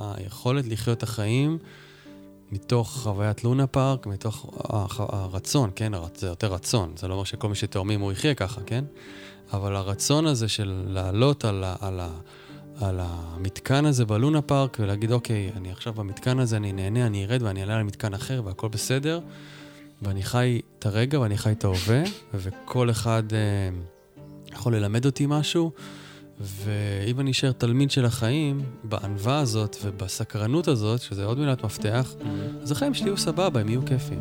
היכולת לחיות את החיים מתוך חוויית לונה פארק, מתוך הרצון, כן? זה יותר רצון, זה לא אומר שכל מי שתאומים הוא יחיה ככה, כן? אבל הרצון הזה של לעלות על המתקן הזה בלונה פארק ולהגיד, אוקיי, אני עכשיו במתקן הזה, אני נהנה, אני ארד ואני אעלה למתקן אחר והכל בסדר, ואני חי את הרגע ואני חי את ההווה, וכל אחד יכול ללמד אותי משהו, ואם אני אשאר תלמיד של החיים, בענווה הזאת ובסקרנות הזאת, שזה עוד מילת מפתח, אז החיים שלי יהיו סבבה, הם יהיו כיפים.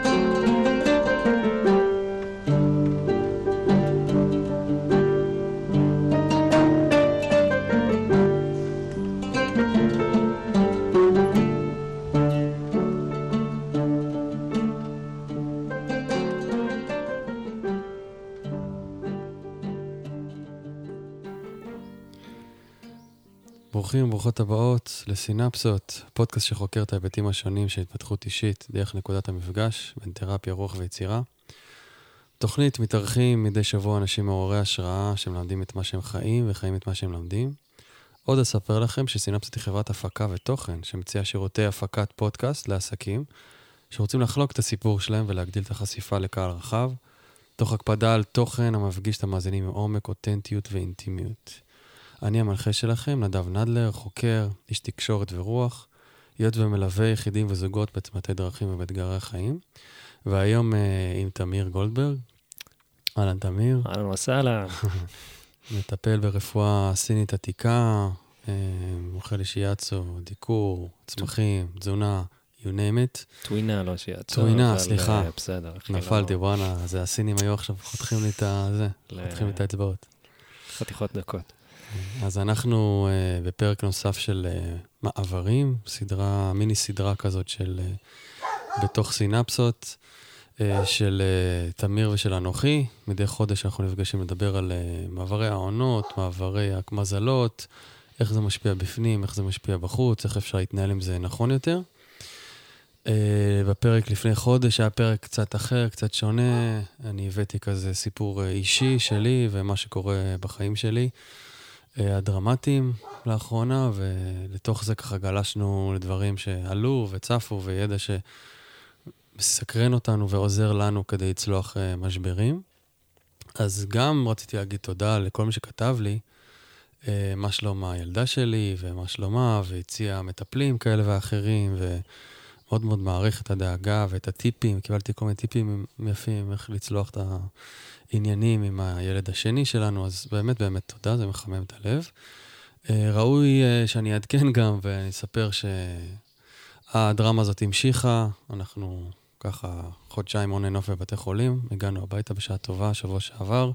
ברוכים וברוכות הבאות לסינפסות, פודקאסט שחוקר את ההיבטים השונים של התפתחות אישית דרך נקודת המפגש בין תרפיה, רוח ויצירה. תוכנית מתארחים מדי שבוע אנשים מעוררי השראה שמלמדים את מה שהם חיים וחיים את מה שהם למדים. עוד אספר לכם שסינפסות היא חברת הפקה ותוכן שמציעה שירותי הפקת פודקאסט לעסקים שרוצים לחלוק את הסיפור שלהם ולהגדיל את החשיפה לקהל רחב, תוך הקפדה על תוכן המפגיש את המאזינים עם עומק, אותנטיות ואינטימיות. אני המנחה שלכם, נדב נדלר, חוקר, איש תקשורת ורוח, היות ומלווה יחידים וזוגות בצמתי דרכים ובאתגרי החיים. והיום עם תמיר גולדברג. אהלן תמיר. אהלן וסהלן. מטפל ברפואה סינית עתיקה, אוכל שיאצו, דיקור, צמחים, תזונה, you name it. טווינה, לא שיאצו. טווינה, סליחה. בסדר. נפלתי, וואנה, זה הסינים היו עכשיו, חותכים לי את זה, חותכים לי את האצבעות. חתיכות דקות. אז אנחנו בפרק נוסף של מעברים, מיני סדרה כזאת של בתוך סינפסות של תמיר ושל אנוכי. מדי חודש אנחנו נפגשים לדבר על מעברי העונות, מעברי המזלות, איך זה משפיע בפנים, איך זה משפיע בחוץ, איך אפשר להתנהל עם זה נכון יותר. בפרק לפני חודש היה פרק קצת אחר, קצת שונה. אני הבאתי כזה סיפור אישי שלי ומה שקורה בחיים שלי. הדרמטיים לאחרונה, ולתוך זה ככה גלשנו לדברים שעלו וצפו, וידע שמסקרן אותנו ועוזר לנו כדי לצלוח משברים. אז גם רציתי להגיד תודה לכל מי שכתב לי, מה שלומה הילדה שלי, ומה שלומה, והציע מטפלים כאלה ואחרים, ומאוד מאוד מעריך את הדאגה ואת הטיפים. קיבלתי כל מיני טיפים יפים, איך לצלוח את עניינים עם הילד השני שלנו, אז באמת באמת תודה, זה מחמם את הלב. ראוי שאני אעדכן גם ואני אספר שהדרמה הזאת המשיכה, אנחנו ככה חודשיים עונה נוף בבתי חולים, הגענו הביתה בשעה טובה, שבוע שעבר.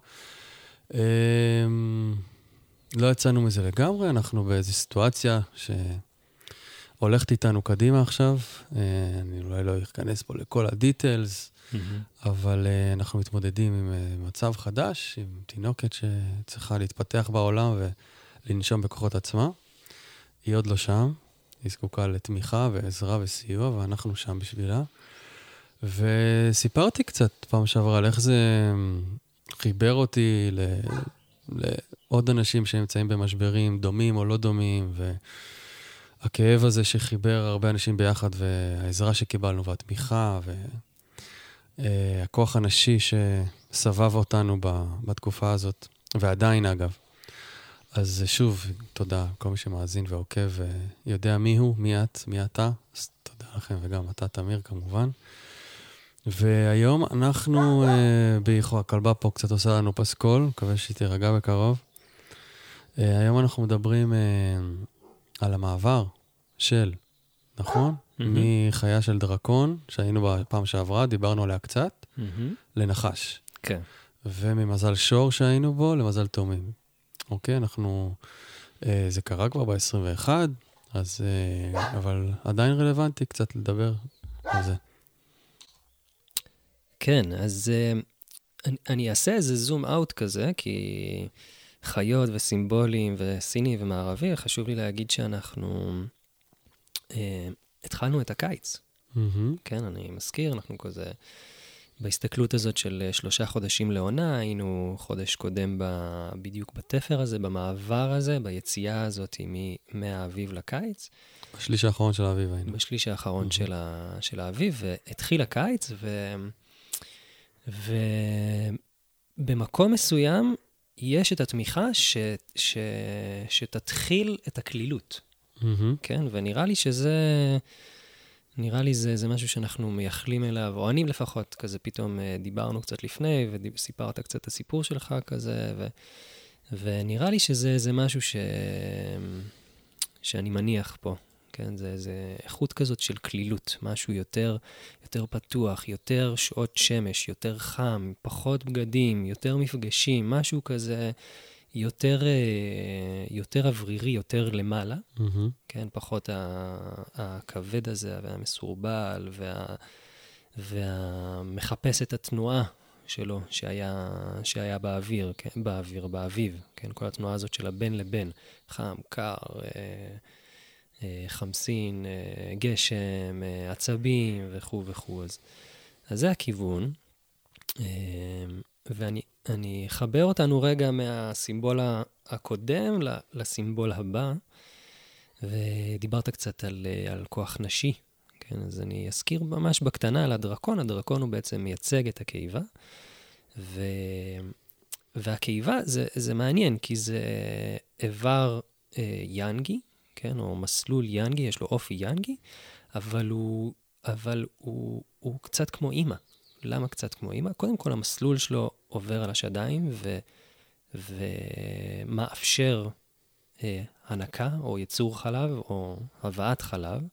לא יצאנו מזה לגמרי, אנחנו באיזו סיטואציה שהולכת איתנו קדימה עכשיו, אני אולי לא אכנס פה לכל הדיטלס, אבל אנחנו מתמודדים עם מצב חדש, עם תינוקת שצריכה להתפתח בעולם ולנשום בכוחות עצמה. היא עוד לא שם, היא זקוקה לתמיכה ועזרה וסיוע, ואנחנו שם בשבילה. וסיפרתי קצת פעם שעברה על איך זה חיבר אותי לעוד אנשים שנמצאים במשברים דומים או לא דומים, והכאב הזה שחיבר הרבה אנשים ביחד, והעזרה שקיבלנו והתמיכה, הכוח הנשי שסבב אותנו בתקופה הזאת, ועדיין אגב. אז שוב, תודה כל מי שמאזין ועוקב, ויודע מי הוא, מי את, מי אתה, אז תודה לכם, וגם אתה תמיר כמובן. והיום אנחנו באיחור, הכלבה פה קצת עושה לנו פסקול, מקווה שהיא תירגע בקרוב. היום אנחנו מדברים על המעבר של, נכון? מחיה של דרקון, שהיינו בפעם שעברה, דיברנו עליה קצת, לנחש. כן. וממזל שור שהיינו בו, למזל תאומים. אוקיי, אנחנו, זה קרה כבר ב-21, אז, אבל עדיין רלוונטי קצת לדבר על זה. כן, אז אני אעשה איזה זום אאוט כזה, כי חיות וסימבולים וסיני ומערבי, חשוב לי להגיד שאנחנו התחלנו את הקיץ. כן, אני מזכיר, אנחנו כזה בהסתכלות הזאת של 3 חודשים לעונה, היינו חודש קודם בדיוק בתפר הזה, במעבר הזה, ביציאה הזאת מהאביב לקיץ. בשליש האחרון של האביב היינו. בשליש האחרון של האביב, והתחיל הקיץ, ובמקום מסוים יש את התמיכה שתתחיל את הכלילות. כן? ונראה לי זה משהו שאנחנו מייחלים אליו, או אני לפחות, כזה פתאום דיברנו קצת לפני, וסיפרת קצת את הסיפור שלך כזה, ונראה לי שזה משהו שאני מניח פה, כן? זה איכות כזאת של כלילות, משהו יותר פתוח, יותר שעות שמש, יותר חם, פחות בגדים, יותר מפגשים, משהו כזה יותר אוורירי, יותר למעלה, כן? פחות הכבד הזה והמסורבל והמחפש את התנועה שלו שהיה באוויר, כן? באביב, כן? כל התנועה הזאת של הבין לבין, חם, קר, חמסין, גשם, עצבים וכו' וכו'. אז זה הכיוון, ואני אחבר אותנו רגע מהסימבול הקודם לסימבול הבא, ודיברת קצת על כוח נשי, כן? אז אני אזכיר ממש בקטנה על הדרקון. הדרקון הוא בעצם מייצג את הקיבה, והקיבה זה מעניין, כי זה איבר ינגי, כן? או מסלול ינגי, יש לו אופי ינגי, אבל הוא קצת כמו אימא. למה קצת כמו אימא? קודם כל, המסלול שלו עובר על השדיים ומאפשר הנקה או יצור חלב או הבאת חלב,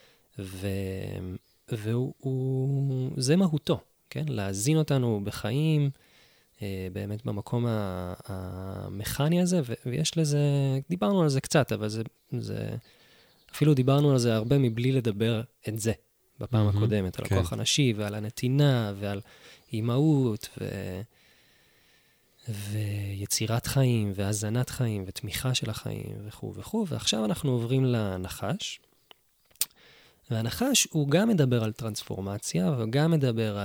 וזה מהותו, כן? להזין אותנו בחיים, באמת במקום המכני הזה, ויש לזה, דיברנו על זה קצת, אבל אפילו דיברנו על זה הרבה מבלי לדבר את זה. בפעם הקודמת, על הכוח הנשי, ועל הנתינה, ועל אימהות, ויצירת חיים, והזנת חיים, ותמיכה של החיים, וכו' וכו'. ועכשיו אנחנו עוברים לנחש. והנחש הוא גם מדבר על טרנספורמציה, וגם מדבר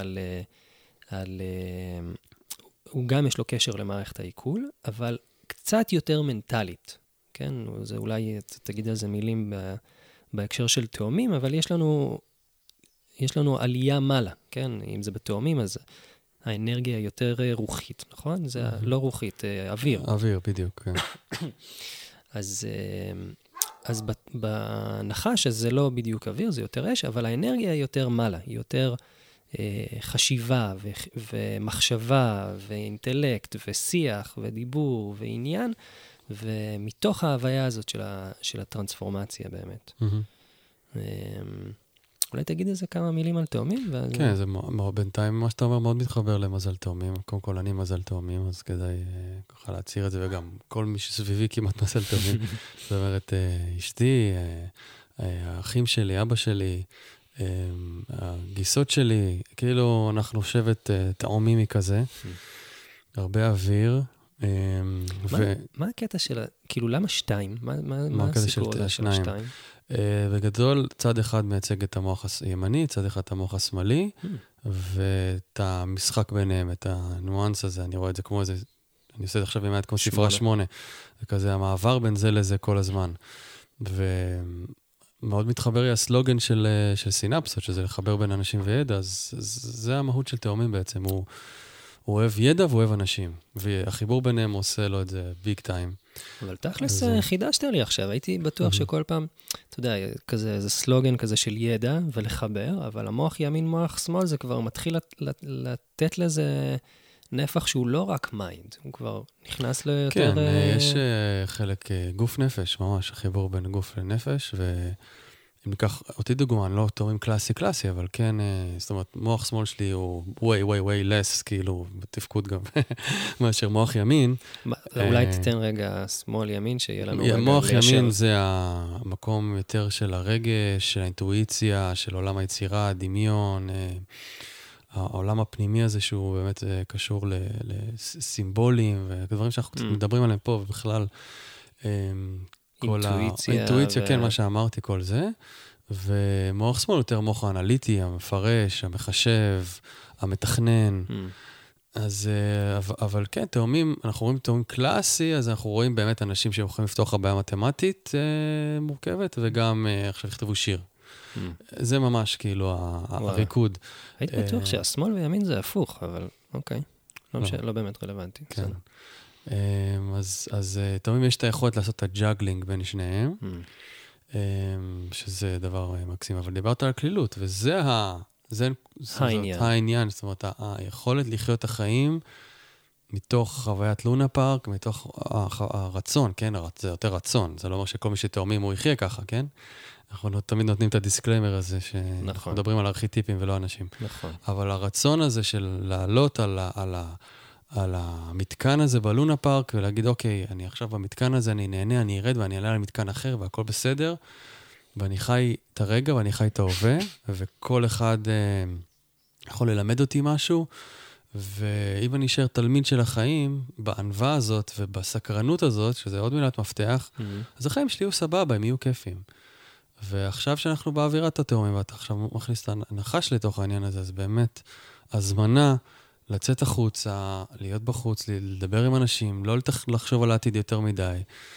הוא גם יש לו קשר למערכת העיכול, אבל קצת יותר מנטלית. כן? זה אולי, תגיד על זה מילים בהקשר של תאומים, אבל יש לנו עלייה מעלה, כן? אם זה בתאומים, אז האנרגיה יותר רוחית, נכון? זה לא רוחית, אוויר. אוויר, בדיוק, כן. אז בנחש, אז זה לא בדיוק אוויר, זה יותר אש, אבל האנרגיה היא יותר מעלה, היא יותר חשיבה ומחשבה ואינטלקט ושיח ודיבור ועניין, ומתוך ההוויה הזאת של הטרנספורמציה באמת. אולי תגיד איזה כמה מילים על תאומים? כן, זה בינתיים, מה שאתה אומר, מאוד מתחבר למזל תאומים. קודם כל, אני מזל תאומים, אז כדאי ככה להצהיר את זה, וגם כל מי שסביבי כמעט מזל תאומים. זאת אומרת, אשתי, האחים שלי, אבא שלי, הגיסות שלי, כאילו אנחנו שבט תאומימי כזה, הרבה אוויר. מה הקטע של, כאילו, למה 2? מה הסיפור הזה של 2? בגדול, צד אחד מייצג את המוח הימני, צד אחד את המוח השמאלי, ואת המשחק ביניהם, את הניואנס הזה, אני רואה את זה כמו איזה, אני עושה את עכשיו עם היד כמו ספרה 8, זה כזה המעבר בין זה לזה כל הזמן. ומאוד מתחבר לי הסלוגן של סינפסות, שזה לחבר בין אנשים וידע, אז זה המהות של תאומים בעצם, הוא אוהב ידע ואוהב אנשים, והחיבור ביניהם עושה לו את זה ביג טיים. אבל תכלס חידשת לי עכשיו, הייתי בטוח שכל פעם, אתה יודע, כזה, זה סלוגן כזה של ידע ולחבר, אבל המוח ימין, מוח שמאל, זה כבר מתחיל לתת לזה נפח שהוא לא רק מיינד, הוא כבר נכנס ליותר... כן, יש חלק גוף נפש, ממש, החיבור בין גוף לנפש, אם ניקח אותי דוגמה, אני לא תאומים קלאסי, אבל כן, זאת אומרת, מוח שמאל שלי הוא way less, כאילו, בתפקוד גם, מאשר מוח ימין. אולי תיתן רגע שמאל ימין, שיהיה לנו רגע מוח ימין זה המקום יותר של הרגש, של האינטואיציה, של עולם היצירה, הדמיון, העולם הפנימי הזה שהוא באמת קשור לסימבולים, ודברים שאנחנו קצת מדברים עליהם פה, ובכלל... אינטואיציה, כן, מה שאמרתי, כל זה. ומוח שמאל יותר מוח האנליטי, המפרש, המחשב, המתכנן. אז, אבל כן, תאומים, אנחנו רואים תאומים קלאסי, אז אנחנו רואים באמת אנשים שיכולים לפתוח הבעיה מתמטית מורכבת, וגם עכשיו יכתבו שיר. זה ממש כאילו הריקוד. הייתי בטוח שהשמאל וימין זה הפוך, אבל אוקיי. לא באמת רלוונטי. כן. אז תאומים יש את היכולת לעשות את הג'אגלינג בין שניהם, שזה דבר מקסים. אבל דיברת על הכלילות, וזה העניין. זאת אומרת, היכולת לחיות את החיים מתוך חוויית לונה פארק, מתוך הרצון, כן? זה יותר רצון. זה לא אומר שכל מי שתאומים הוא יחיה ככה, כן? אנחנו תמיד נותנים את הדיסקליימר הזה, שאנחנו מדברים על ארכיטיפים ולא אנשים. נכון. אבל הרצון הזה של לעלות על המתקן הזה בלונה פארק, ולהגיד, אוקיי, אני עכשיו במתקן הזה, אני נהנה, אני ארד ואני אעלה למתקן אחר, והכל בסדר, ואני חי את הרגע ואני חי את ההווה, וכל אחד יכול ללמד אותי משהו, ואם אני אשאר תלמיד של החיים, בענווה הזאת ובסקרנות הזאת, שזה עוד מילת מפתח, אז החיים שלי יהיו סבבה, הם יהיו כיפים. ועכשיו שאנחנו באווירת התאומים, ואתה עכשיו מכניס את הנחש לתוך העניין הזה, אז באמת, הזמנה לצאת החוצה, להיות בחוץ, לדבר עם אנשים, לא לחשוב על העתיד יותר מדי,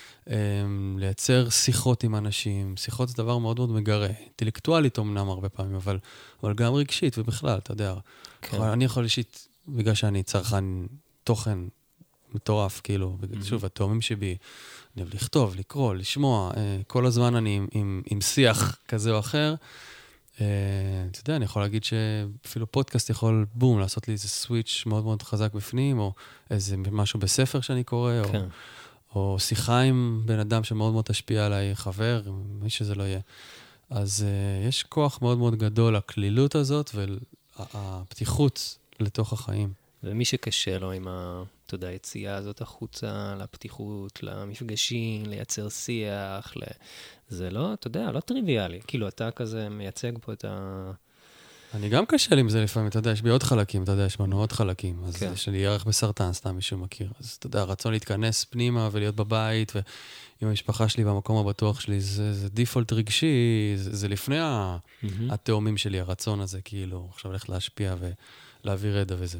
לייצר שיחות עם אנשים. שיחות זה דבר מאוד מאוד מגרה, אינטלקטואלית אומנם הרבה פעמים, אבל גם רגשית ובכלל, אתה יודע. כן. אני יכול אישית, בגלל שאני צרכן תוכן מטורף, כאילו, שוב, התאומים שבי, אני אוהב לכתוב, לקרוא, לשמוע, כל הזמן אני עם שיח כזה או אחר. אתה יודע, אני יכול להגיד שאפילו פודקאסט יכול, בום, לעשות לי איזה סוויץ' מאוד מאוד חזק בפנים, או איזה משהו בספר שאני קורא, כן. או שיחה עם בן אדם שמאוד מאוד תשפיע עליי, חבר, מי שזה לא יהיה. אז יש כוח מאוד מאוד גדול לכלילות הזאת, והפתיחות לתוך החיים. ומי שקשה לו עם אתה יודע, היציאה הזאת החוצה, לפתיחות, למפגשים, לייצר שיח, זה לא, אתה יודע, לא טריוויאלי. כאילו, אתה כזה מייצג פה את אני גם קשה לי עם זה לפעמים, אתה יודע, יש בי עוד חלקים, אתה יודע, יש בנו עוד חלקים. אז יש לי ירח בסרטן, סתם מישהו מכיר. אז אתה יודע, רצון להתכנס פנימה ולהיות בבית, ועם המשפחה שלי והמקום הבטוח שלי, זה דיפולט רגשי, זה לפני התאומים שלי, הרצון הזה, כאילו, עכשיו הולך להשפיע ולהעביר ידע וזה.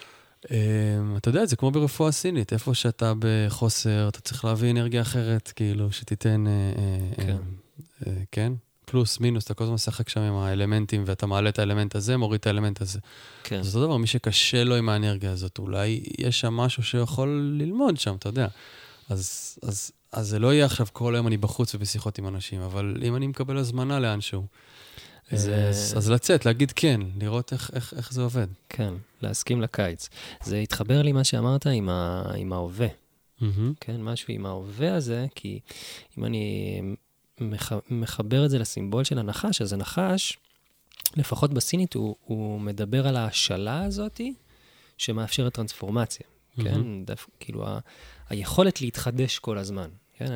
אתה יודע, זה כמו ברפואה סינית, איפה שאתה בחוסר, אתה צריך להביא אנרגיה אחרת, כאילו, שתיתן, כן? פלוס, מינוס, אתה כל הזמן משחק שם עם האלמנטים, ואתה מעלה את האלמנט הזה, מוריד את האלמנט הזה. כן. אז אותו דבר, מי שקשה לו עם האנרגיה הזאת, אולי יש שם משהו שיכול ללמוד שם, אתה יודע. אז זה לא יהיה עכשיו כל היום אני בחוץ ובשיחות עם אנשים, אבל אם אני מקבל הזמנה לאנשהו, אז לצאת, להגיד כן, לראות איך זה עובד. כן, להסכים לקיץ. זה התחבר לי מה שאמרת עם ההווה. כן, משהו עם ההווה הזה, כי אם אני מחבר את זה לסימבול של הנחש, אז הנחש, לפחות בסינית, הוא מדבר על ההשאלה הזאת, שמאפשרת טרנספורמציה. כן, כאילו, היכולת להתחדש כל הזמן. כן,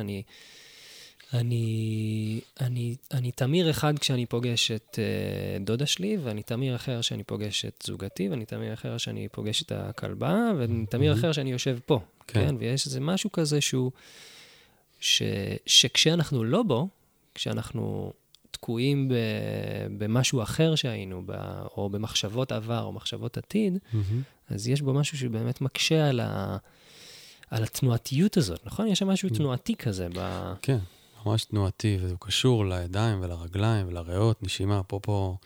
אני תמיר אחד כשאני פוגש את דודה שלי, ואני תמיר אחר שאני פוגש את זוגתי, ואני תמיר אחר שאני פוגש את הכלבה, ואני תמיר אחר שאני יושב פה. כן, ויש איזה משהו כזה שכשאנחנו לא בו, כשאנחנו תקועים במשהו אחר שהיינו, או במחשבות עבר או מחשבות עתיד, אז יש בו משהו שבאמת מקשה על התנועתיות הזאת, נכון? יש שם משהו תנועתי כזה. כן, ממש תנועתי, וזה קשור לידיים ולרגליים ולריאות, נשימה, פה.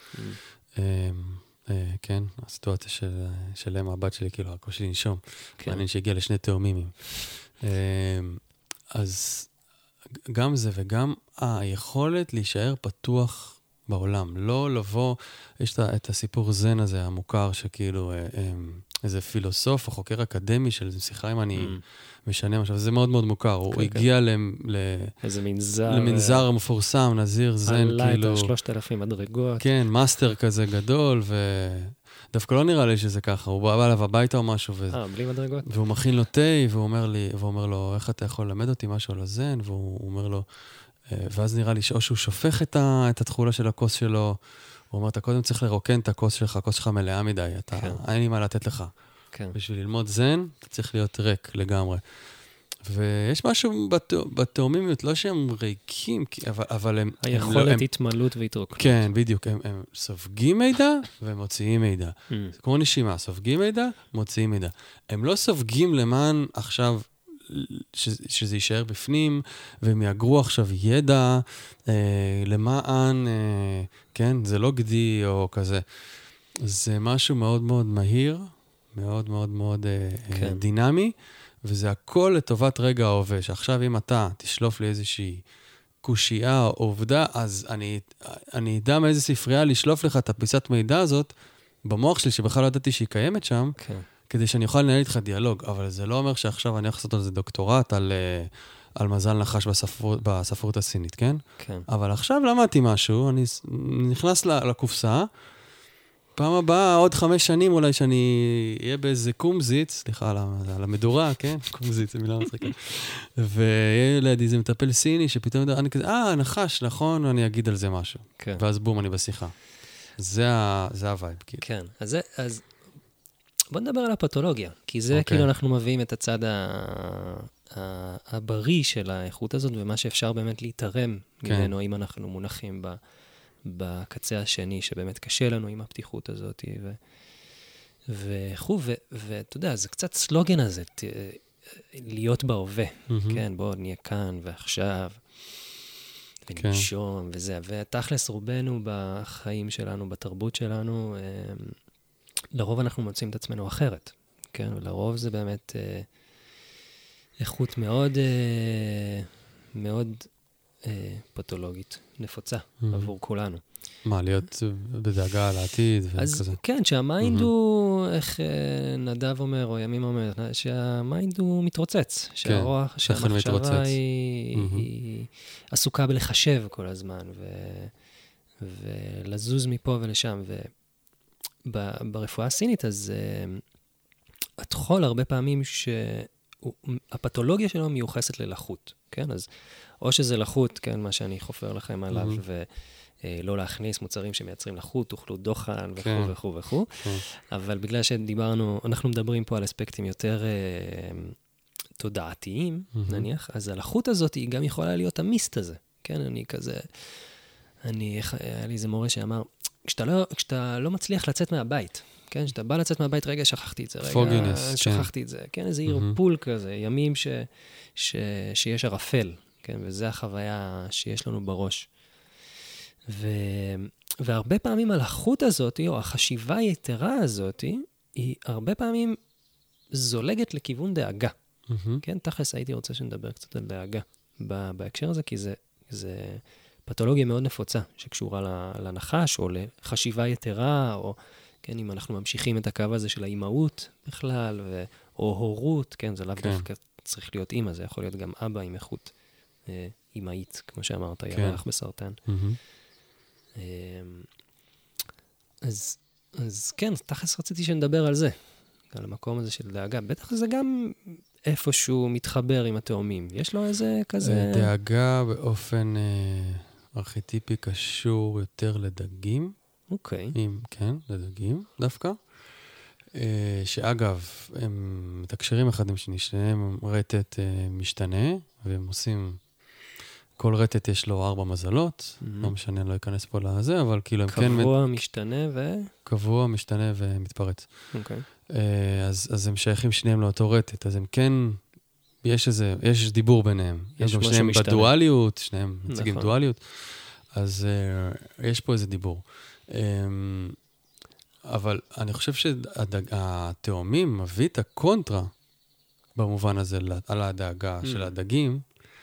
כן, הסיטואציה של אמא, הבת שלי, כאילו, הקושי לנשום. מעניין שהגיע לשני תאומים. אז גם זה וגם היכולת להישאר פתוח בעולם. לא לבוא, יש את הסיפור זן הזה המוכר, שכאילו איזה פילוסוף או חוקר אקדמי של שיחה אם אני משנה משהו, וזה מאוד מאוד מוכר. הוא הגיע איזה מנזר. למנזר המפורסם, נזיר זן, כאילו. עלה את 3,000 מדרגות. כן, מאסטר כזה גדול, דווקא לא נראה לי שזה ככה, הוא בא אליו הביתה או משהו, בלי מדרגות. והוא מכין לו תה, והוא אומר לו, איך אתה יכול ללמד אותי משהו על הזן? והוא אומר לו, ואז נראה לי שאו שהוא שופך את התכולה של הכוס שלו, הוא אומר, אתה קודם צריך לרוקן את הכוס שלך מלאה מדי, אין לי מה לתת לך. בשביל ללמוד זן, אתה צריך להיות ריק לגמרי. ויש משהו בתאומימיות, לא שהם ריקים, אבל הם... היכולת התמלות והתרוקנות. כן, בדיוק. הם סופגים מידע ומוציאים מידע. זה כמו נשימה, סופגים מידע, מוציאים מידע. הם לא סופגים למען עכשיו שזה יישאר בפנים, והם יאגרו עכשיו ידע למען, כן, זה לא גדי או כזה. זה משהו מאוד מאוד מהיר, מאוד מאוד מאוד דינמי, וזה הכל לטובת רגע ההווה, שעכשיו אם אתה תשלוף לי איזושהי קושייה או עובדה, אז אני אדע מאיזה ספרייה לשלוף לך את הפיסת מידע הזאת, במוח שלי שבכלל לא ידעתי שהיא קיימת שם, כדי שאני אוכל לנהל איתך דיאלוג, אבל זה לא אומר שעכשיו אני הולך לעשות על זה דוקטורט, על מזל נחש בספרות הסינית, כן? כן. אבל עכשיו למדתי משהו, אני נכנס לקופסה, פעם הבאה, עוד 5 שנים אולי שאני אהיה באיזה קומזיץ, סליחה על המדורה, כן? קומזיץ, זה מילה מצחיקה. ויהיה לידי איזה מטפל סיני שפתאום אני כזה, נחש, נכון, אני אגיד על זה משהו. כן. ואז בום, אני בשיחה. זה הווייב, כאילו. כן, אז בוא נדבר על הפתולוגיה, כי זה כאילו אנחנו מביאים את הצד הבריא של האיכות הזאת, ומה שאפשר באמת להתערם ממנו, אם אנחנו מונחים בקצה השני, שבאמת קשה לנו עם הפתיחות הזאת, ואתה יודע, זה קצת סלוגן הזה, להיות בהווה, כן, בואו נהיה כאן ועכשיו, ונשום וזה, ותכלס רובנו בחיים שלנו, בתרבות שלנו, לרוב אנחנו מוצאים את עצמנו אחרת, כן, ולרוב זה באמת איכות מאוד, מאוד פתולוגית, נפוצה עבור כולנו. מה, להיות בדאגה על העתיד וכזה? אז כן, שהמיינד הוא, איך נדב אומר, או ימים אומר, שהמיינד הוא מתרוצץ, שהרוח, שהמחשבה היא עסוקה בלחשב כל הזמן, ולזוז מפה ולשם, ברפואה הסינית, אז התחול הרבה פעמים שהפתולוגיה שלו מיוחסת ללחות, כן? אז או שזה לחות, כן, מה שאני חופר לכם עליו, ולא להכניס מוצרים שמייצרים לחות, תאכלו דוחן וכו' וכו' וכו', אבל בגלל שדיברנו, אנחנו מדברים פה על אספקטים יותר תודעתיים, נניח, אז הלחות הזאת היא גם יכולה להיות המיסט הזה, כן? אני כזה, היה לי איזה מורה שאמר, כשאתה לא מצליח לצאת מהבית, כן, כשאתה בא לצאת מהבית, רגע, שכחתי את זה, רגע, שכחתי את זה, כן, איזה ערפול כזה, ימים שיש ערפל, כן, וזה החוויה שיש לנו בראש. והרבה פעמים הלחות הזאת, או החשיבה היתרה הזאת, היא הרבה פעמים זולגת לכיוון דאגה. כן, תכלס הייתי רוצה שנדבר קצת על דאגה בהקשר הזה, כי זה פתולוגיה מאוד נפוצה, שקשורה לנחש, או לחשיבה יתרה, או, כן, אם אנחנו ממשיכים את הקו הזה של האימהות בכלל, או הורות, כן, זה לאו דווקא צריך להיות אימא, זה יכול להיות גם אבא עם איכות אימהית, כמו שאמרת, ירח בסרטן. אז כן, תכלס רציתי שנדבר על זה, על המקום הזה של דאגה. בטח זה גם איפשהו מתחבר עם התאומים. יש לו איזה כזה... דאגה באופן ארכיטיפי קשור יותר לדגים. אוקיי. כן, לדגים דווקא. שאגב, הם מתקשרים אחד עם שני, שניהם רטט משתנה, והם עושים... כל רטט יש לו 4 מזלות, לא משנה, לא אכנס פה לזה, אבל כאילו הם כן... קבוע, משתנה קבוע, משתנה ומתפרץ. אוקיי. אז הם שייכים שניהם לאותו רטט, אז הם כן, יש דיבור ביניהם. יש גם שניהם בדואליות, שניהם מציגים דואליות, אז יש פה איזה דיבור. אבל אני חושב שהתאומים מביא את הקונטרה, במובן הזה, על הדאגה של הדגים,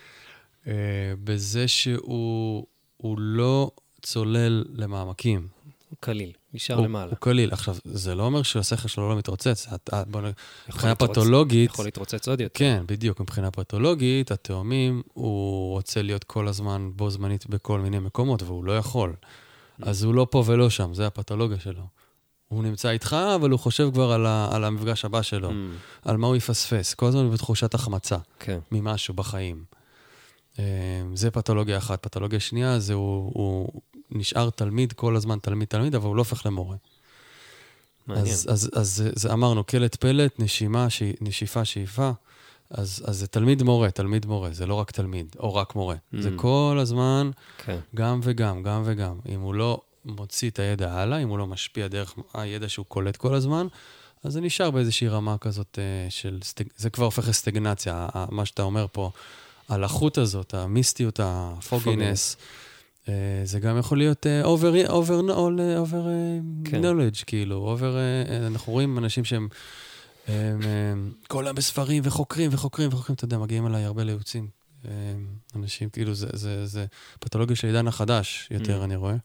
בזה שהוא לא צולל למעמקים. הוא קליל, נשאר למעלה. הוא קליל. עכשיו, זה לא אומר שהשכל שלו לא מתרוצץ. מבחינה פתולוגית... יכול להתרוצץ עוד יותר. כן, בדיוק. מבחינה פתולוגית, התאומים, הוא רוצה להיות כל הזמן בו זמנית בכל מיני מקומות, והוא לא יכול. אז הוא לא פה ולא שם, זה הפתולוגיה שלו. הוא נמצא איתך, אבל הוא חושב כבר על המפגש הבא שלו, על מה הוא יפספס. כל הזמן בתחושת החמצה ממשהו בחיים. זה פתולוגיה אחת. פתולוגיה שנייה, זה הוא נשאר תלמיד, כל הזמן תלמיד, אבל הוא לא הופך למורה. מעניין. אז אמרנו, קלט פלט, נשימה, נשיפה, שאיפה, אז זה תלמיד מורה, זה לא רק תלמיד, או רק מורה. זה כל הזמן, גם וגם, גם וגם. אם הוא לא מוציא את הידע הלאה, אם הוא לא משפיע דרך הידע שהוא קולט כל הזמן, אז זה נשאר באיזושהי רמה כזאת של, זה כבר הופך לסטגנציה, מה שאתה אומר פה, הלחות הזאת, המיסטיות, הפוגינס, זה גם יכול להיות over knowledge, כאילו, אנחנו רואים אנשים שהם כל היום בספרים וחוקרים, אתה יודע, מגיעים אליי הרבה ליוצאים. אנשים, כאילו, זה פתולוגיה של עידן החדש, יותר אני רואה.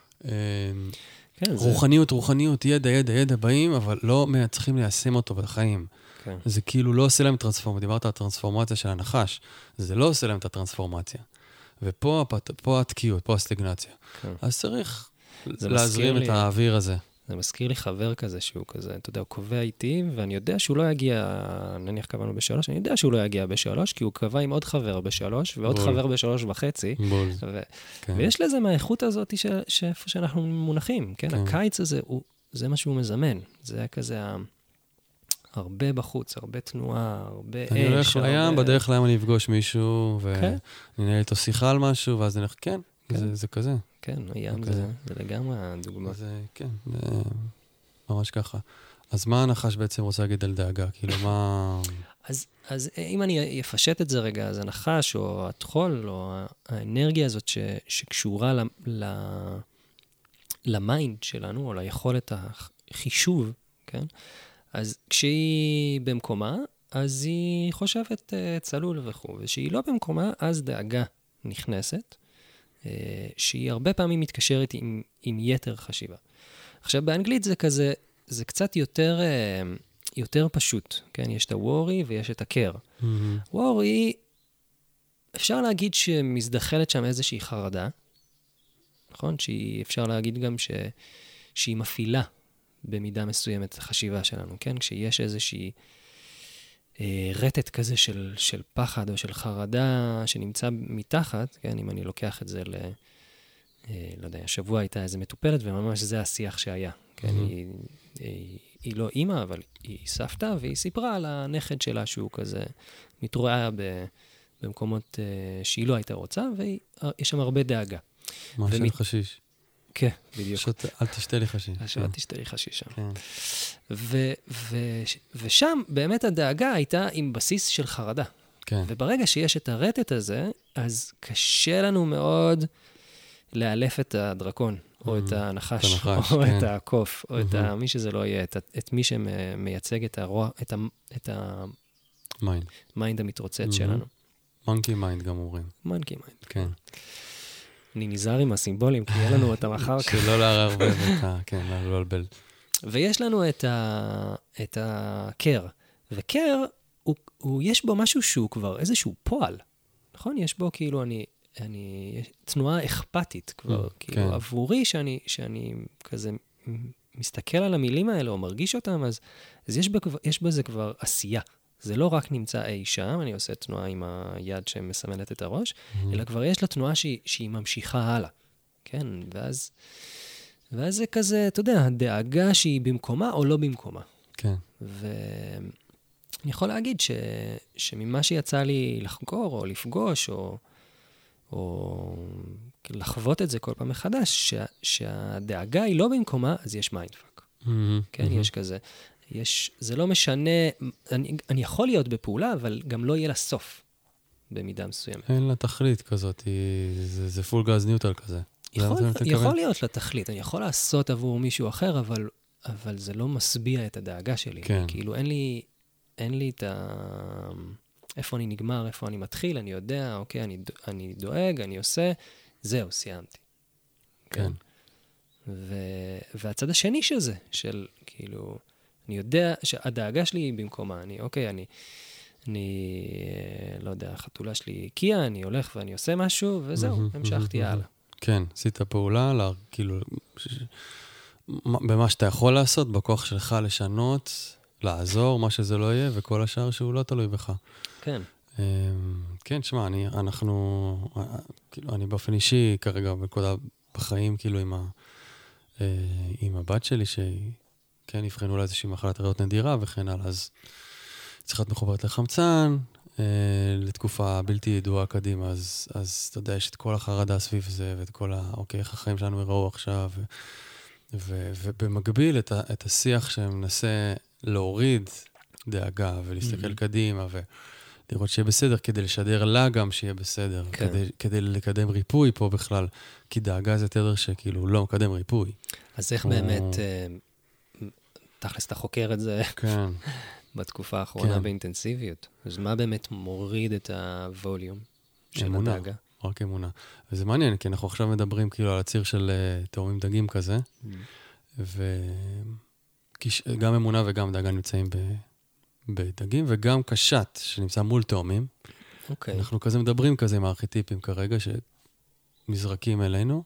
רוחניות, ידע באים, אבל לא צריכים ליישם אותו בחיים. זה כאילו לא עושה להם טרנספורמציה. דיברת על טרנספורמציה של הנחש, זה לא עושה להם את הטרנספורמציה. ופה התקיעות, פה הסטגנציה. אז צריך להזרים את האוויר הזה. זה מזכיר לי חבר כזה שהוא כזה, אתה יודע, הוא קובע איתי, ואני יודע שהוא לא יגיע, נניח קבענו ב3, אני יודע שהוא לא יגיע ב3, כי הוא קבע עם עוד חבר ב3, ועוד חבר ב3.5, ויש לזה מהאיכות הזאת שאיפה שאנחנו מונחים, כן? הקיץ הזה, זה מה שהוא מזמן. זה כזה הרבה בחוץ, הרבה תנועה, הרבה אש. אני הולך לים, בדרך לים אני אפגוש מישהו, ואני נהיה איתו שיחה על משהו, ואז אני הולך, כן, זה כזה. כן, הים זה לגמרי הדוגמה. זה, כן, זה ממש ככה. אז מה הנחש בעצם רוצה להגיד על דאגה? כאילו, מה... אז אם אני אפשט את זה רגע, אז הנחש, או התחול, או האנרגיה הזאת שקשורה למיינד שלנו, או ליכולת החישוב, כן? אז כשהיא במקומה, אז היא חושבת צלול וכו', וכשהיא לא במקומה, אז דאגה נכנסת, שהיא הרבה פעמים מתקשרת עם יתר חשיבה. עכשיו, באנגלית זה כזה, זה קצת יותר פשוט, כן? יש את ה-worry ויש את ה-care. worry, אפשר להגיד שמזדחלת שם איזושהי חרדה, נכון? אפשר להגיד גם שהיא מפעילה במידה מסוימת החשיבה שלנו, כן? כשיש איזושהי רטט כזה של פחד או של חרדה שנמצא מתחת, כן? אם אני לוקח את זה לא יודע, השבוע הייתה איזו מטופלת, וממש זה השיח שהיה, כן? היא לא אימא, אבל היא סבתא, והיא סיפרה על הנכד שלה שהוא כזה מתרועע במקומות שהיא לא הייתה רוצה, ויש שם הרבה דאגה. מה של חשיש. כן, בדיוק. אל תשתה לי חשיש. אל תשתה לי חשיש שם. ושם באמת הדאגה הייתה עם בסיס של חרדה. וברגע שיש את הרטט הזה, אז קשה לנו מאוד לאלף את הדרקון, או את הנחש, או את הקוף, או את מי שזה לא יהיה, את מי שמייצג את הרוע, את המיינד המתרוצץ שלנו. מונקי מיינד גם אומרים. מונקי מיינד. כן. אני נזהר עם הסימבולים, כי יהיה לנו אותם אחר כך. שלא לערבב כן, לא לבלבל. ויש לנו את הקר. וקר, יש בו משהו שהוא כבר איזשהו פועל. נכון? יש בו כאילו תנועה אכפתית כבר. כאילו עבורי שאני כזה מסתכל על המילים האלה או מרגיש אותם, אז יש בזה כבר עשייה. זה לא רק נמצא אי שם, אני עושה תנועה עם היד שמסמלת את הראש, אלא כבר יש לה תנועה שהיא ממשיכה הלאה. כן, ואז זה כזה, אתה יודע, הדאגה שהיא במקומה או לא במקומה. כן. ואני יכול להגיד שממה שיצא לי לחקור או לפגוש או לחוות את זה כל פעם מחדש, שהדאגה היא לא במקומה, אז יש מיינדפאק. כן, יש כזה. זה לא משנה, אני יכול להיות בפעולה, אבל גם לא יהיה לה סוף, במידה מסוימת. אין לה תכלית כזאת, זה פול גז ניוטרל כזה. יכול להיות לה תכלית, אני יכול לעשות עבור מישהו אחר, אבל זה לא משביע את הדאגה שלי. כאילו אין לי את איפה אני נגמר, איפה אני מתחיל, אני יודע, אוקיי, אני דואג, אני עושה, זהו, סיימתי. כן. והצד השני של זה, של כאילו... אני יודע שהדאגה שלי היא במקומה. אני לא יודע, החתולה שלי הקיעה, אני הולך ואני עושה משהו, וזהו, המשכתי הלאה. כן, עשית פעולה, כאילו, במה שאתה יכול לעשות, בכוח שלך לשנות, לעזור, מה שזה לא יהיה, וכל השאר שהוא לא תלוי בך. כן. כן, שמע, אני באופן אישי כרגע בנקודה בחיים, כאילו עם הבת שלי, שהיא כן, יבחנו לה איזושהי מחלת ריאות נדירה וכן הלאה, אז צריכה להיות מחוברת לחמצן, לתקופה בלתי ידועה קדימה, אז אתה יודע, יש את כל החרדה סביב זה, ואת כל אוקיי, איך החיים שלנו יראו עכשיו, ובמקביל את השיח שמנסה להוריד דאגה, ולהסתכל קדימה, ולראות שיהיה בסדר, כדי לשדר לה גם שיהיה בסדר, כדי לקדם ריפוי פה בכלל, כי דאגה זה תדר שכאילו לא מקדם ריפוי. אז איך באמת, תכלס אתה חוקר את זה בתקופה האחרונה באינטנסיביות, אז מה באמת מוריד את הווליום של הדאגה? רק אמונה. וזה מעניין, כי אנחנו עכשיו מדברים כאילו על הציר של תאומים דגים כזה, וגם אמונה וגם דאגה נמצאים בדגים, וגם קשת שנמצא מול תאומים. אנחנו כזה מדברים כזה עם הארכיטיפים כרגע, שמזרקים אלינו.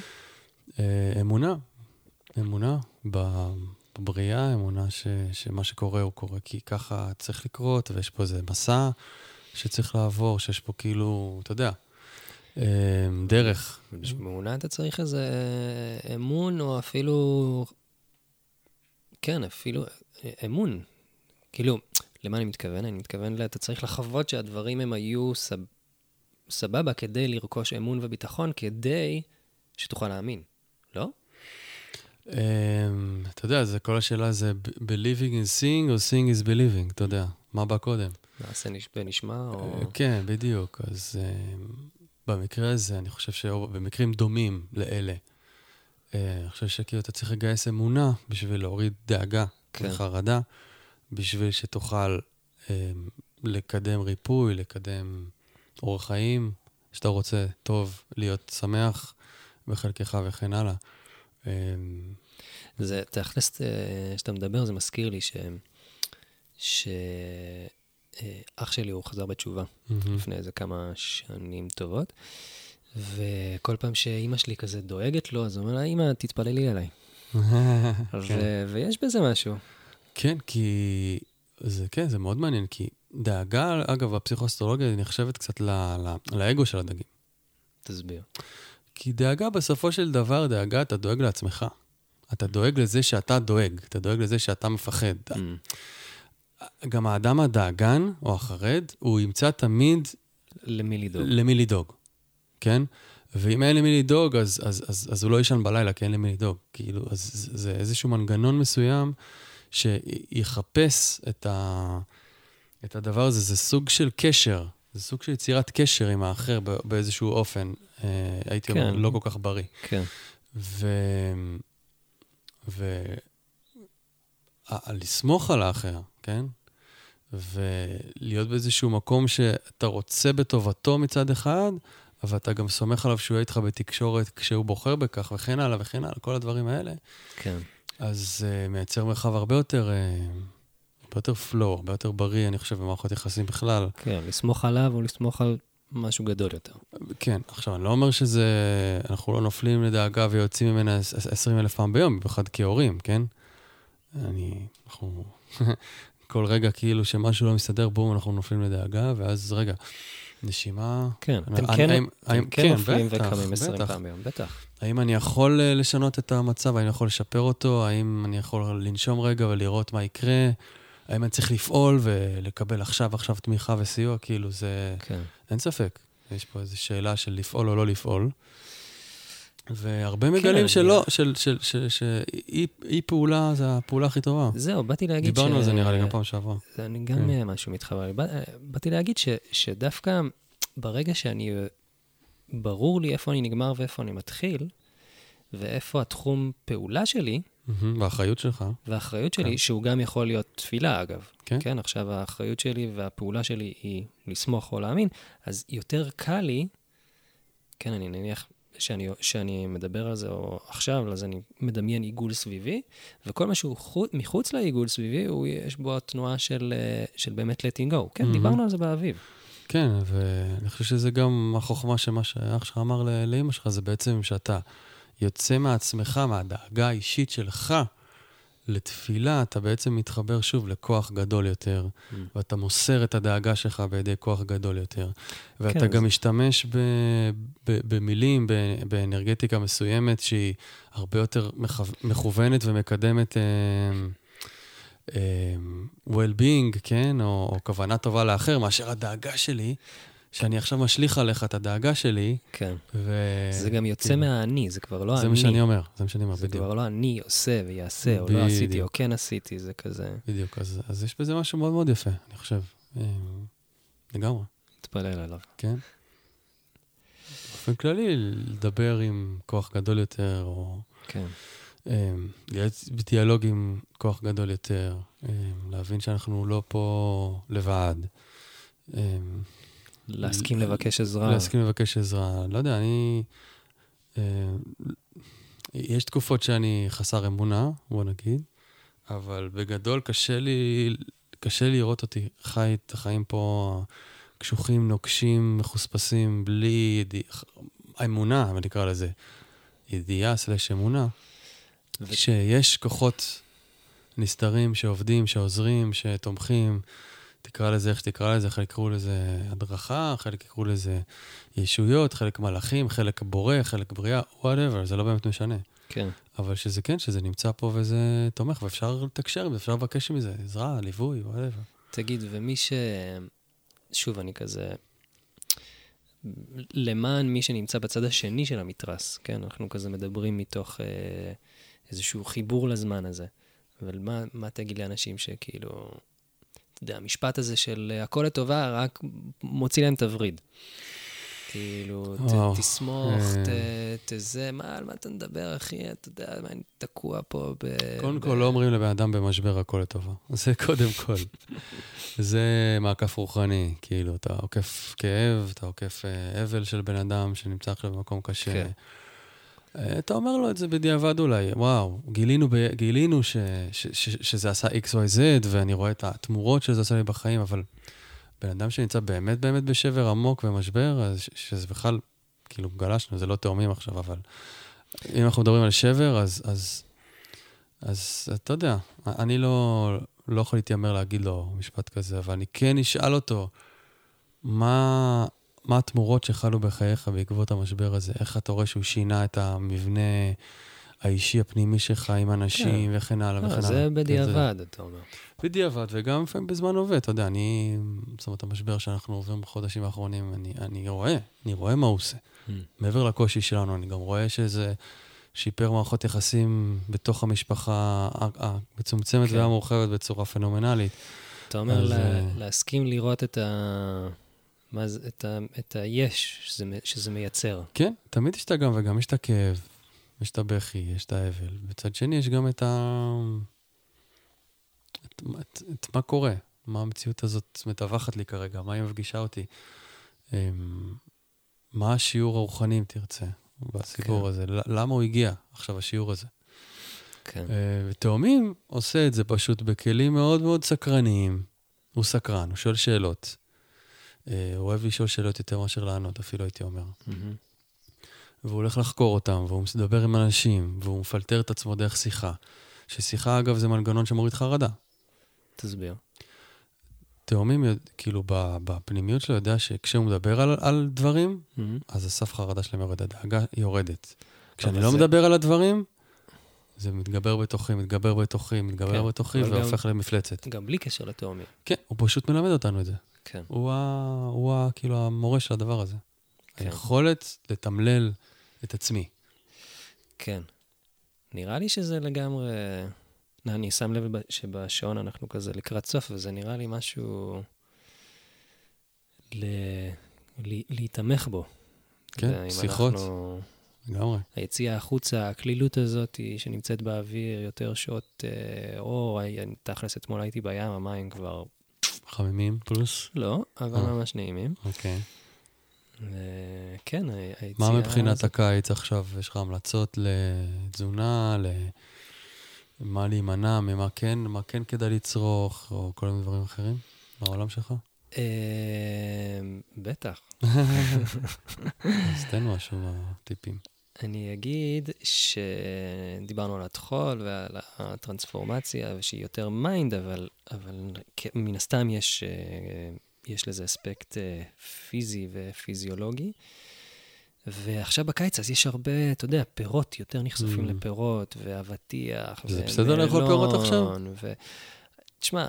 אמונה בבריאה, אמונה שמה שקורה הוא קורה, כי ככה צריך לקרות, ויש פה איזה מסע שצריך לעבור, שיש פה כאילו, אתה יודע, דרך. באמונה אתה צריך איזה אמון, או אפילו, כן, אפילו אמון. כאילו, למה אני מתכוון? אני מתכוון, אתה צריך לחוות שהדברים הם היו סבבה כדי לרכוש אמון וביטחון, כדי שתוכל להאמין, לא? אתה יודע, כל השאלה זה believing in seeing או seeing is believing, אתה יודע, מה בא קודם? נעשה בנשמע או... כן, בדיוק. אז במקרה הזה, אני חושב שבמקרים דומים לאלה, אני חושב שכאילו אתה צריך לגייס אמונה בשביל להוריד דאגה וחרדה, בשביל שתוכל לקדם ריפוי, לקדם אורח חיים, שאתה רוצה טוב, להיות שמח בחלקך וכן הלאה. זה, תכלס, שאתה מדבר, זה מזכיר לי שאח שלי הוא חזר בתשובה לפני איזה כמה שנים טובות, וכל פעם שאימא שלי כזה דואגת לו, אז הוא אומר לה, אימא, תתפללי עליי. ויש בזה משהו. כן, כי זה מאוד מעניין, כי דאגה, אגב, הפסיכואסטרולוגיה נחשבת קצת לאגו של הדגים. תסביר. כי דאגה, בסופו של דבר, דאגה, אתה דואג לעצמך. אתה דואג לזה שאתה דואג, אתה דואג לזה שאתה מפחד. גם האדם הדאגן, או החרד, הוא ימצא תמיד... למי לדאוג. כן? ואם אין למי לדאוג, אז הוא לא ישן בלילה, כי אין למי לדאוג. כאילו, אז זה איזשהו מנגנון מסוים שיחפש את הדבר הזה. זה סוג של קשר, זה סוג של יצירת קשר עם האחר באיזשהו אופן, הייתי אומר, לא כל כך בריא. כן. לסמוך על האחר, כן? ולהיות באיזשהו מקום שאתה רוצה בטובתו מצד אחד, אבל אתה גם סומך עליו שהוא יהיה איתך בתקשורת כשהוא בוחר בכך, וכן הלאה וכן הלאה, כל הדברים האלה. כן. אז מייצר מרחב הרבה יותר פלואו, הרבה יותר בריא, אני חושב, במערכות יחסים בכלל. כן, לסמוך עליו או לסמוך על משהו גדול יותר. כן, עכשיו, אני לא אומר אנחנו לא נופלים לדאגה ויוצאים ממנה 20,000 פעם ביום, במיוחד כהורים, כן? אנחנו... כל רגע כאילו שמשהו לא מסתדר, בום, אנחנו נופלים לדאגה, ואז רגע, נשימה... כן, אתם כן נופלים וקמים 20 פעם ביום, בטח. האם אני יכול לשנות את המצב? האם אני יכול לשפר אותו? האם אני יכול לנשום רגע ולראות מה יקרה? האם אני צריך לפעול ולקבל עכשיו תמיכה וסיוע? כאילו זה... אין ספק. יש פה איזו שאלה של לפעול או לא לפעול. והרבה מגלים שלא, שאי פעולה זה הפעולה הכי טובה. זהו, באתי להגיד דיברנו על זה נראה לי גם פעם שעברה. אני גם משהו מתחבר. באתי להגיד שדווקא ברגע ברור לי איפה אני נגמר ואיפה אני מתחיל, ואיפה התחום פעולה שלי, והאחריות שלך. והאחריות שלי, שהוא גם יכול להיות תפילה, אגב. כן, עכשיו האחריות שלי והפעולה שלי היא לסמוך או להאמין, אז יותר קל לי, כן, אני נניח שאני מדבר על זה או עכשיו, אז אני מדמיין עיגול סביבי, וכל מה שהוא מחוץ לעיגול סביבי, יש בו התנועה של באמת letting go. כן, דיברנו על זה באביב. כן, ואני חושב שזה גם החוכמה שמה שאח שלך אמר לאמא שלך, זה בעצם שאתה יוצא מעצמך, מהדאגה האישית שלך, לתפילה, אתה בעצם מתחבר שוב לכוח גדול יותר, ואתה מוסר את הדאגה שלך בידי כוח גדול יותר. ואתה גם משתמש במילים, באנרגטיקה מסוימת, שהיא הרבה יותר מכוונת ומקדמת well-being, כן, או כוונה טובה לאחר, מאשר הדאגה שלי, שאני עכשיו משליך עליך את הדאגה שלי. כן. זה גם יוצא מהאני, זה כבר לא אני. זה מה שאני אומר, בדיוק. זה כבר לא אני עושה ויעשה, או לא עשיתי, או כן עשיתי, זה כזה. בדיוק, אז יש בזה משהו מאוד מאוד יפה, אני חושב. לגמרי. תתפלל עליו. כן. באופן כללי, לדבר עם כוח גדול יותר, או... כן. להיות בדיאלוג עם כוח גדול יותר, להבין שאנחנו לא פה לבד. להסכים לבקש עזרה. להסכים לבקש עזרה. לא יודע, יש תקופות שאני חסר אמונה, בוא נגיד, אבל בגדול קשה לי לראות אותי חי את החיים פה קשוחים, נוקשים, מחוספסים, בלי אמונה, אני אקרא לזה, ידיעה סלש אמונה. שיש כוחות נסתרים שעובדים, שעוזרים, שתומכים, תקרא לזה איך שתקרא לזה, חלק יקראו לזה הדרכה, חלק יקראו לזה ישויות, חלק מלאכים, חלק בורא, חלק בריאה, whatever, זה לא באמת משנה. כן. אבל שזה כן, שזה נמצא פה וזה תומך, ואפשר לתקשר, ואפשר לבקש מזה, עזרה, ליווי, whatever. תגיד, ומי שוב, אני כזה... למען מי שנמצא בצד השני של המתרס, כן? אנחנו כזה מדברים מתוך איזשהו חיבור לזמן הזה. אבל מה תגיד לאנשים שכאילו, אתה יודע, המשפט הזה של הכל לטובה, רק מוציא להם תבריד. כאילו, תסמוך, תזה, על מה אתה מדבר, אחי? אתה יודע, מה אני תקוע פה קודם כל, לא אומרים לבן אדם במשבר הכל לטובה. זה קודם כל. זה מעקף רוחני, כאילו, אתה עוקף כאב, אתה עוקף אבל של בן אדם שנמצא עכשיו במקום קשה. אתה אומר לו את זה בדיעבד אולי, וואו, גילינו שזה עשה XYZ, ואני רואה את התמורות שזה עשה לי בחיים, אבל בן אדם שנמצא באמת באמת בשבר עמוק ומשבר, אז שזה בכלל, כאילו, גלשנו, זה לא תאומים עכשיו, אבל אם אנחנו מדברים על שבר, אז אתה יודע, אני לא יכול להתיימר להגיד לו משפט כזה, אבל אני כן אשאל אותו, מה התמורות שחלו בחייך בעקבות המשבר הזה? איך אתה רואה שהוא שינה את המבנה האישי הפנימי שלך עם אנשים וכן הלאה וכן הלאה? זה בדיעבד, אתה אומר. בדיעבד, וגם לפעמים בזמן עובד, אתה יודע, זאת אומרת, המשבר שאנחנו עוברים בחודשים האחרונים, אני רואה מה הוא עושה. מעבר לקושי שלנו, אני גם רואה שזה שיפר מערכות יחסים בתוך המשפחה המצומצמת והמורחבת בצורה פנומנלית. אתה אומר להסכים לראות את היש שזה מייצר. כן, תמיד יש את הגם וגם, יש את הכאב, יש את הבכי, יש את האבל. בצד שני יש גם את מה קורה, מה המציאות הזאת מתווכת לי כרגע, מה היא מפגישה אותי. מה השיעור הרוחני, אם תרצה, בסיפור הזה? למה הוא הגיע עכשיו, השיעור הזה? ותאומים עושה את זה פשוט בכלים מאוד מאוד סקרניים. הוא סקרן, הוא שואל שאלות. הוא אוהב לשאול שאלות יותר מאשר לענות, אפילו הייתי אומר. והוא הולך לחקור אותם, והוא מדבר עם אנשים, והוא מפלטר את עצמו דרך שיחה. ששיחה, אגב, זה מנגנון שמוריד חרדה. תסביר. תאומים, כאילו, בפנימיות שלו יודע שכשהוא מדבר על דברים, אז הסף חרדה שלהם יורדת, הדאגה יורדת. כשאני לא מדבר על הדברים, זה מתגבר בתוכי, והופך למפלצת. גם בלי קשר לתאומים. כן, הוא פשוט מלמד אותנו את זה. כן. הוא כאילו המורה של הדבר הזה. היכולת לתמלל את עצמי. כן. נראה לי שזה לגמרי... אני שם לב שבשעון אנחנו כזה לקראת סוף, וזה נראה לי משהו להתאמך בו. כן, שיחות. לגמרי. היציאה החוצה, הכלילות הזאת שנמצאת באוויר, יותר שעות אור, תכלס אתמול הייתי בים, המים כבר... חמימים פלוס? לא, אבל ממש נעימים. אוקיי. כן, היציאה... מה מבחינת הקיץ עכשיו? יש לך המלצות לתזונה, מה להימנע, מה כן כדאי לצרוך, או כל מיני דברים אחרים בעולם שלך? בטח. אז תן משהו מהטיפים. אני אגיד שדיברנו על הטחול ועל הטרנספורמציה, ושהיא יותר מיינד, אבל מן הסתם יש לזה אספקט פיזי ופיזיולוגי. ועכשיו בקיץ, אז יש הרבה, אתה יודע, פירות יותר נחשפים לפירות, ואבטיח, זה בסדר לאכול פירות עכשיו? תשמע,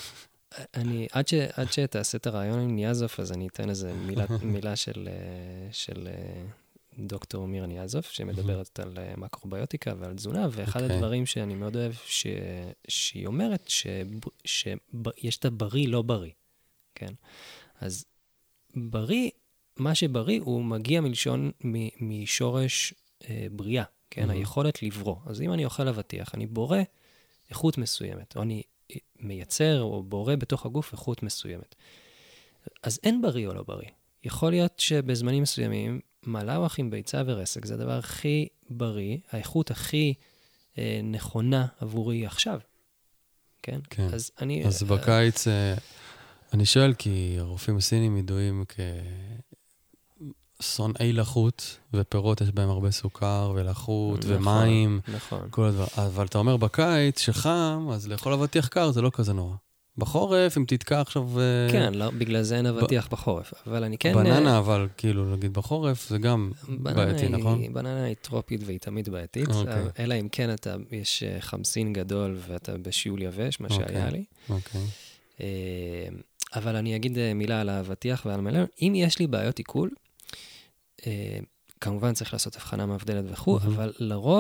עד שתעשה את הרעיון עם ניאזוף, אז אני אתן איזה מילה של דוקטור מירה ניאזוף, שמדברת על מקרוביוטיקה ועל תזונה, ואחד הדברים שאני מאוד אוהב, שהיא אומרת שיש את הבריא לא בריא, כן? אז בריא, מה שבריא הוא מגיע משורש בריאה, כן? היכולת לברוא. אז אם אני אוכל אבטיח, אני בורא איכות מסוימת, או אני מייצר או בורא בתוך הגוף איכות מסוימת. אז אין בריא או לא בריא. יכול להיות שבזמנים מסוימים, מלאווח עם ביצה ורסק, זה הדבר הכי בריא, האיכות הכי נכונה עבורי עכשיו. כן? כן. אז בקיץ, אני שואל, כי הרופאים הסינים ידועים שונאי לחות, ופירות יש בהם הרבה סוכר ולחות ומים, כל הדבר. אבל אתה אומר בקיץ שחם, אז לאכול אבטיח קר זה לא כזה נורא. בחורף, אם תתקע עכשיו... כן, לא, בגלל זה אין אבטיח בחורף. אבל אני כן... בננה, אבל כאילו, נגיד בחורף, זה גם בעייתי, נכון? בננה היא טרופית והיא תמיד בעייתית, אלא אם כן יש חמסין גדול ואתה בשיעול יבש, מה שהיה לי. אבל אני אגיד מילה על האבטיח ועל מלון. אם יש לי בעיות עיכול, כמובן צריך לעשות הבחנה מבדלת וכו', אבל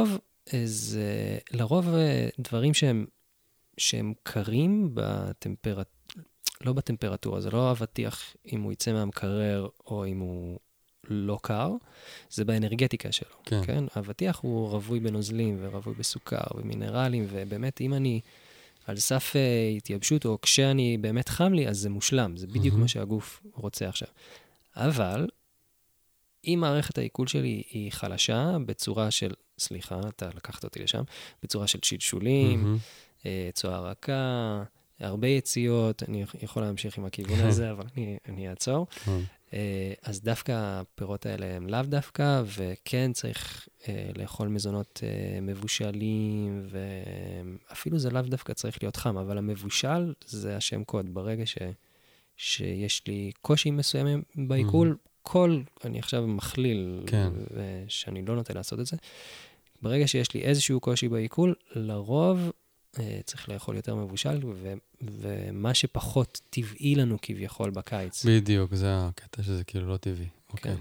לרוב דברים שהם קרים לא בטמפרטורה, זה לא אבטיח אם הוא יצא מהמקרר או אם הוא לא קר, זה באנרגטיקה שלו, כן? האבטיח הוא רווי בנוזלים ורווי בסוכר ומינרלים, ובאמת אם אני על סף התייבשות או כשאני באמת חם לי, אז זה מושלם, זה בדיוק מה שהגוף רוצה עכשיו. אבל אם מערכת העיכול שלי היא חלשה בצורה של, סליחה, אתה לקחת אותי לשם, בצורה של שלשולים, צואה רכה, הרבה יציאות, אני יכול להמשיך עם הכיוון הזה, אבל אני אעצור. אז דווקא הפירות האלה הם לאו דווקא, וכן צריך לאכול מזונות מבושלים, ואפילו זה לאו דווקא צריך להיות חם, אבל המבושל זה השם קוד. ברגע שיש לי קושי מסוים בעיכול, אני עכשיו מכליל, שאני לא נוטה לעשות את זה. ברגע שיש לי איזשהו קושי בעיכול, לרוב צריך לאכול יותר מבושל, ומה שפחות טבעי לנו כביכול בקיץ. בדיוק, זה הקטע שזה כאילו לא טבעי. אוקיי.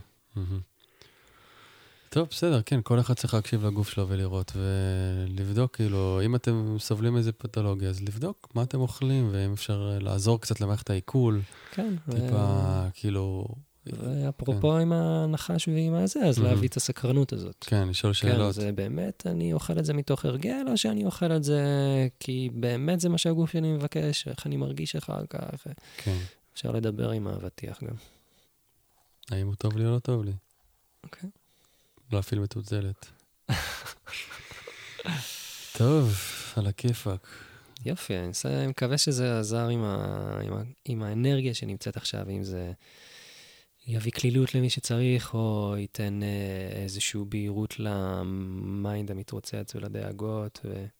טוב, בסדר, כן, כל אחד צריך להקשיב לגוף שלו ולראות, ולבדוק, כאילו, אם אתם סובלים איזה פתולוגיה, אז לבדוק מה אתם אוכלים, ואם אפשר לעזור קצת למערכת העיכול. כן. טיפה, כאילו... ואפרופו עם הנחש ועם הזה, אז להביא את הסקרנות הזאת. כן, לשאול שאלות. כן, זה באמת, אני אוכל את זה מתוך הרגל, או שאני אוכל את זה כי באמת זה מה שהגוף שלי מבקש, איך אני מרגיש אחר כך. כן. אפשר לדבר עם האבטיח גם. האם הוא טוב לי או לא טוב לי? אוקיי. להפעיל מתוצלת. טוב, על הכיפק. יופי, אני מקווה שזה עזר עם האנרגיה שנמצאת עכשיו, אם זה יביא כלילות למי שצריך, או ייתן איזושהי בהירות למיינד המתרוצץ ולדאגות,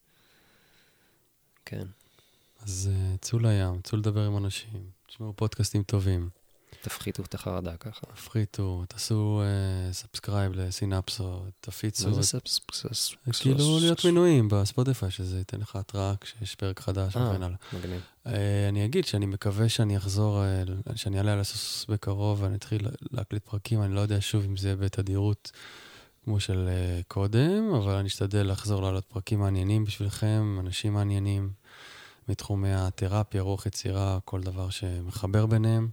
כן. אז צאו לים, צאו לדבר עם אנשים, תשמעו פודקאסטים טובים. תפחיתו את החרדה ככה. תפחיתו, תעשו סאבסקרייב לסינפסו, תפיצו. מה זה סאבסקרייב? כאילו להיות מנויים בספוטיפיי, שזה ייתן לך התראה כשיש פרק חדש וכן הלאה. מגניב. אני אגיד שאני מקווה שאני אחזור, שאני אעלה על הסוס בקרוב, ואני אתחיל להקליט פרקים, אני לא יודע שוב אם זה יהיה בתדירות כמו של קודם, אבל אני אשתדל לחזור לעלות פרקים מעניינים בשבילכם, אנשים מעניינים, מתחומי התרפיה, רוח יצירה, כל דבר שמחבר ביניהם.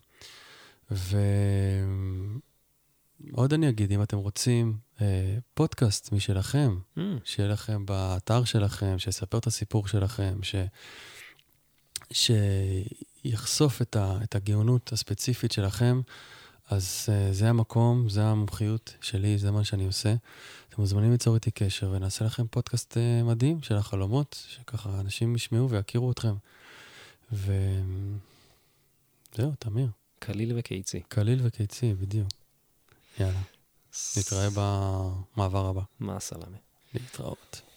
ועוד אני אגיד, אם אתם רוצים פודקאסט משלכם, שיהיה לכם באתר שלכם, שיספר את הסיפור שלכם, שיחשוף את הגאונות הספציפית שלכם, אז זה המקום, זה המומחיות שלי, זה מה שאני עושה. אתם מוזמנים ליצור איתי קשר, ונעשה לכם פודקאסט מדהים של החלומות, שככה אנשים ישמעו ויכירו אתכם. וזהו, תמיר. קליל וקיצי. קליל וקיצי, בדיוק. יאללה. נתראה במעבר הבא. מה הסלאמי. להתראות.